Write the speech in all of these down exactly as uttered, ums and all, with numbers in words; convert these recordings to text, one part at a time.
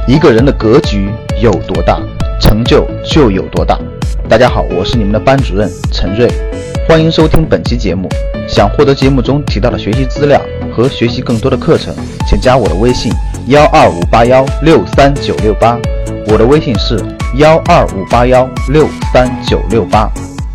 一个人的格局有多大，成就就有多大。大家好，我是你们的班主任陈瑞，欢迎收听本期节目。想获得节目中提到的学习资料和学习更多的课程，请加我的微信幺二五八幺六三九六八，我的微信是幺二五八幺六三九六八。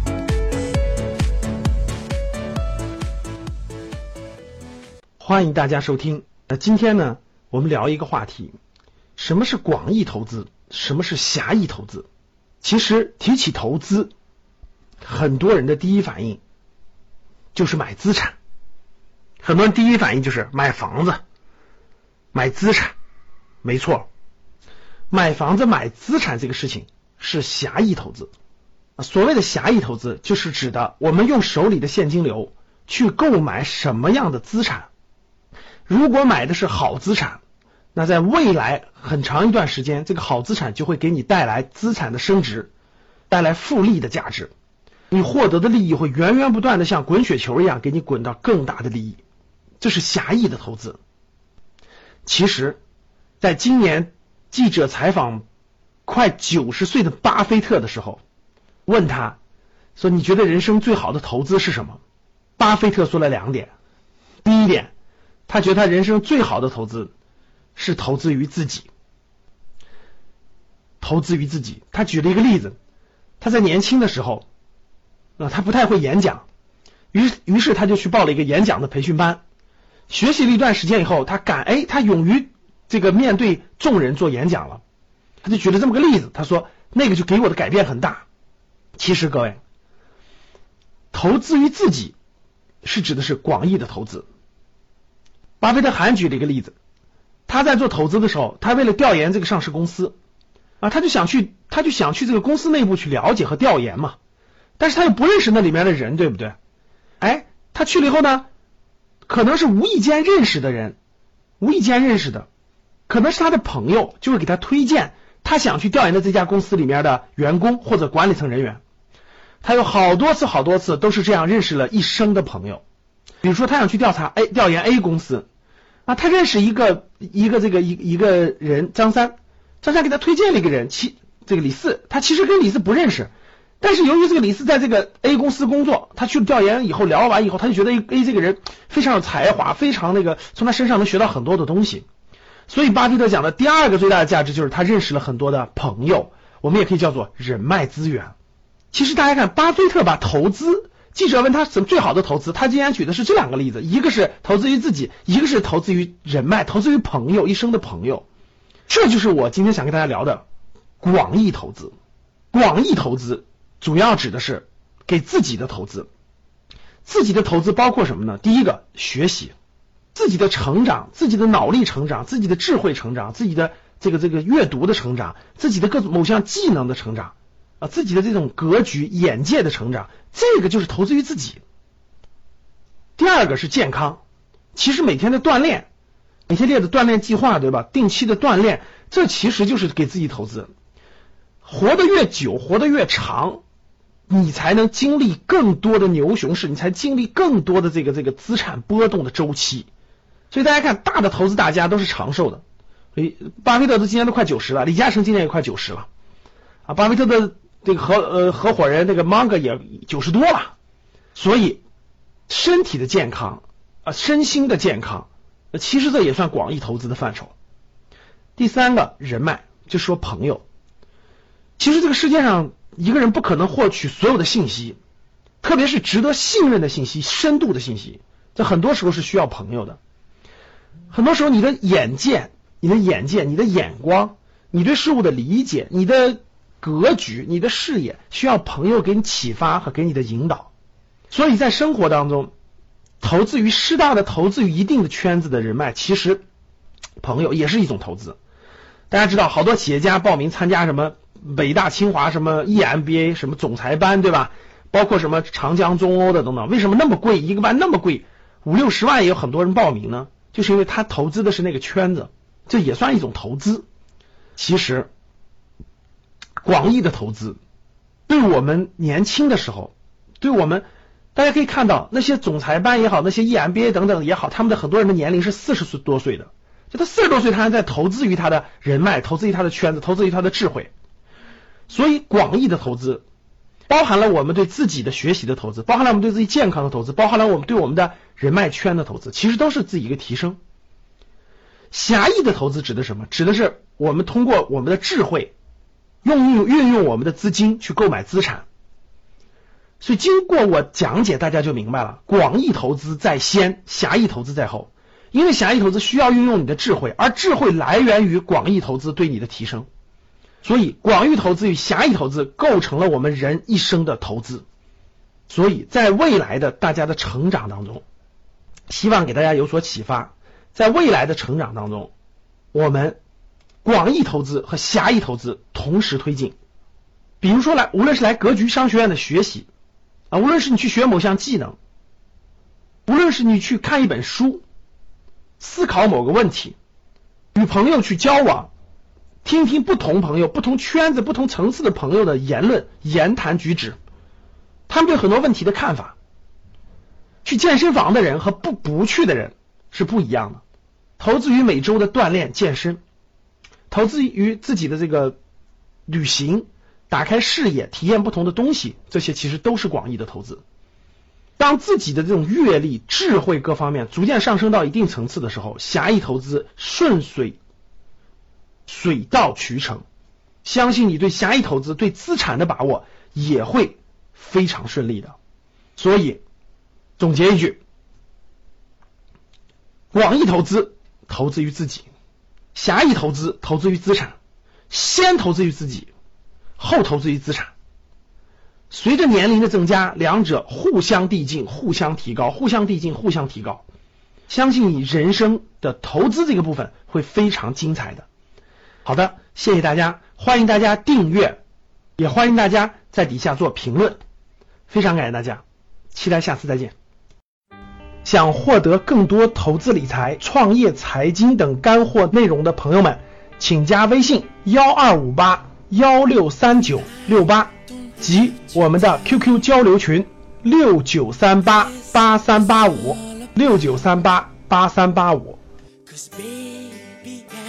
欢迎大家收听。那今天呢，我们聊一个话题，什么是广义投资，什么是狭义投资。其实提起投资，很多人的第一反应就是买资产，很多人第一反应就是买房子、买资产。没错，买房子、买资产这个事情是狭义投资。所谓的狭义投资，就是指的我们用手里的现金流去购买什么样的资产。如果买的是好资产，那在未来很长一段时间，这个好资产就会给你带来资产的升值，带来复利的价值，你获得的利益会源源不断的像滚雪球一样给你滚到更大的利益，这是狭义的投资。其实在今年记者采访快九十岁的巴菲特的时候，问他说你觉得人生最好的投资是什么？巴菲特说了两点。第一点，他觉得他人生最好的投资是投资于自己，投资于自己。他举了一个例子，他在年轻的时候，呃，他不太会演讲，于是于是他就去报了一个演讲的培训班，学习了一段时间以后，他敢哎，他勇于这个面对众人做演讲了。他就举了这么个例子，他说那个就给我的改变很大。其实各位，投资于自己是指的是广义的投资。巴菲特还举了一个例子，他在做投资的时候，他为了调研这个上市公司啊，他就想去他就想去这个公司内部去了解和调研嘛，但是他又不认识那里面的人，对不对？哎，他去了以后呢，可能是无意间认识的人，无意间认识的，可能是他的朋友，就是给他推荐他想去调研的这家公司里面的员工或者管理层人员。他有好多次好多次都是这样认识了一生的朋友。比如说他想去调查 A 调研 A 公司啊，他认识一个一个这个一一个人张三，张三给他推荐了一个人，其这个李四，他其实跟李四不认识，但是由于这个李四在这个 A 公司工作，他去调研以后聊完以后，他就觉得 A 这个人非常有才华，非常那个从他身上能学到很多的东西。所以巴菲特讲的第二个最大的价值就是他认识了很多的朋友，我们也可以叫做人脉资源。其实大家看，巴菲特把投资，记者问他什么最好的投资，他竟然举的是这两个例子，一个是投资于自己，一个是投资于人脉，投资于朋友，一生的朋友。这就是我今天想跟大家聊的广义投资。广义投资主要指的是给自己的投资。自己的投资包括什么呢？第一个，学习，自己的成长，自己的脑力成长，自己的智慧成长，自己的这个这个阅读的成长，自己的各种某项技能的成长啊，自己的这种格局眼界的成长，这个就是投资于自己。第二个是健康，其实每天的锻炼，每天列的锻炼计划，对吧？定期的锻炼，这其实就是给自己投资。活得越久，活得越长，你才能经历更多的牛熊市，你才经历更多的这个这个资产波动的周期。所以大家看，大的投资大家都是长寿的，所以巴菲特都今年都快九十了，李嘉诚今年也快九十了啊，巴菲特的这个合呃合伙人这个芒格也九十多了。所以身体的健康啊，身心的健康，其实这也算广义投资的范畴。第三个，人脉，就说朋友。其实这个世界上一个人不可能获取所有的信息，特别是值得信任的信息，深度的信息，这很多时候是需要朋友的。很多时候你的眼界你的眼界你的眼光，你对事物的理解，你的格局，你的视野，需要朋友给你启发和给你的引导。所以在生活当中，投资于适当的投资于一定的圈子的人脉，其实朋友也是一种投资。大家知道好多企业家报名参加什么北大清华什么 E M B A 什么总裁班，对吧？包括什么长江中欧的等等，为什么那么贵，一个班那么贵，五六十万也有很多人报名呢？就是因为他投资的是那个圈子，这也算一种投资。其实广义的投资对我们年轻的时候，对我们大家可以看到那些总裁班也好，那些 E M B A 等等也好，他们的很多人的年龄是四十多岁的， 就他四十多岁，他还在投资于他的人脉，投资于他的圈子，投资于他的智慧。所以广义的投资包含了我们对自己的学习的投资，包含了我们对自己健康的投资，包含了我们对我们的人脉圈的投资，其实都是自己一个提升。狭义的投资指的什么？指的是我们通过我们的智慧用运运用我们的资金去购买资产。所以经过我讲解，大家就明白了，广义投资在先，狭义投资在后。因为狭义投资需要运用你的智慧，而智慧来源于广义投资对你的提升。所以广义投资与狭义投资构成了我们人一生的投资。所以在未来的大家的成长当中，希望给大家有所启发。在未来的成长当中，我们广义投资和狭义投资同时推进。比如说来，无论是来格局商学院的学习啊，无论是你去学某项技能，无论是你去看一本书，思考某个问题，与朋友去交往，听听不同朋友、不同圈子、不同层次的朋友的言论、言谈举止，他们对很多问题的看法。去健身房的人和不不去的人是不一样的。投资于每周的锻炼健身，投资于自己的这个旅行，打开视野，体验不同的东西，这些其实都是广义的投资。当自己的这种阅历、智慧各方面逐渐上升到一定层次的时候，狭义投资顺水水到渠成，相信你对狭义投资、对资产的把握也会非常顺利的。所以总结一句，广义投资投资于自己，狭义投资投资于资产，先投资于自己，后投资于资产。随着年龄的增加，两者互相递进，互相提高，互相递进，互相提高。相信你人生的投资这个部分会非常精彩的。好的，谢谢大家，欢迎大家订阅，也欢迎大家在底下做评论，非常感谢大家，期待下次再见。想获得更多投资理财、创业、财经等干货内容的朋友们，请加微信幺二五八幺六三九六八及我们的 Q Q 交流群六九三八八三八五六九三八八三八五。